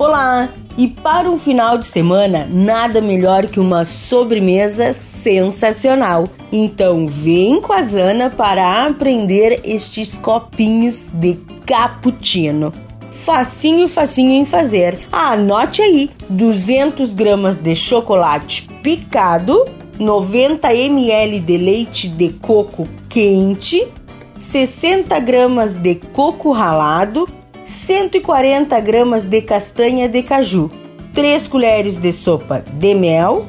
Olá! E para um final de semana, nada melhor que uma sobremesa sensacional. Então vem com a Zana para aprender estes copinhos de cappuccino. Facinho em fazer. Anote aí: 200 gramas de chocolate picado, 90 ml de leite de coco quente, 60 gramas de coco ralado, 140 gramas de castanha de caju, 3 colheres de sopa de mel,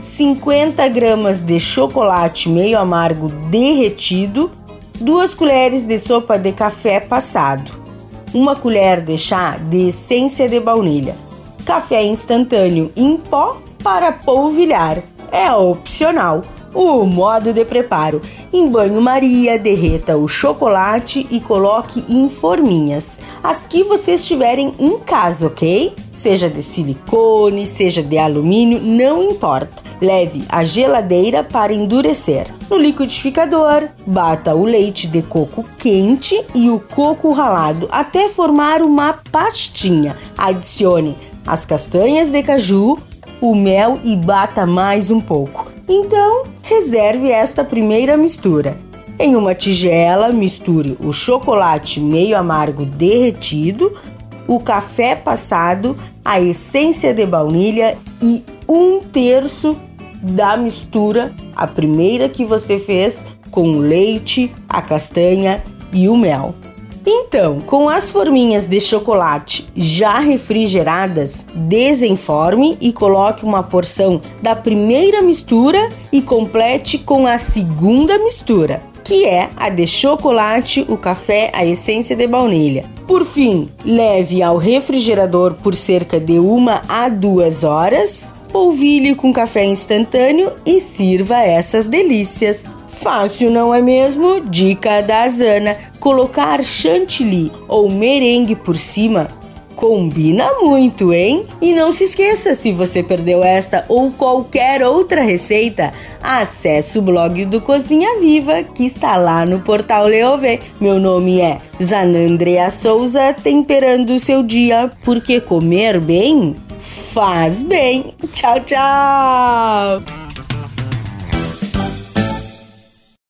50 gramas de chocolate meio amargo derretido, 2 colheres de sopa de café passado, 1 colher de chá de essência de baunilha, café instantâneo em pó para polvilhar. É opcional. O modo de preparo: em banho-maria, derreta o chocolate e coloque em forminhas, as que vocês tiverem em casa, ok? Seja de silicone, seja de alumínio, não importa. Leve à geladeira para endurecer. No liquidificador, bata o leite de coco quente e o coco ralado até formar uma pastinha. Adicione as castanhas de caju, o mel e bata mais um pouco. Então, reserve esta primeira mistura. Em uma tigela, misture o chocolate meio amargo derretido, o café passado, a essência de baunilha e 1/3 da mistura, a primeira que você fez, com o leite, a castanha e o mel. Então, com as forminhas de chocolate já refrigeradas, desenforme e coloque uma porção da primeira mistura e complete com a segunda mistura, que é a de chocolate, o café, a essência de baunilha. Por fim, leve ao refrigerador por cerca de 1 a 2 horas, polvilhe com café instantâneo e sirva essas delícias. Fácil, não é mesmo? Dica da Zana: colocar chantilly ou merengue por cima combina muito, hein? E não se esqueça, se você perdeu esta ou qualquer outra receita, acesse o blog do Cozinha Viva, que está lá no portal Leovê. Meu nome é Zanandrea Souza, temperando o seu dia, porque comer bem faz bem. Tchau, tchau!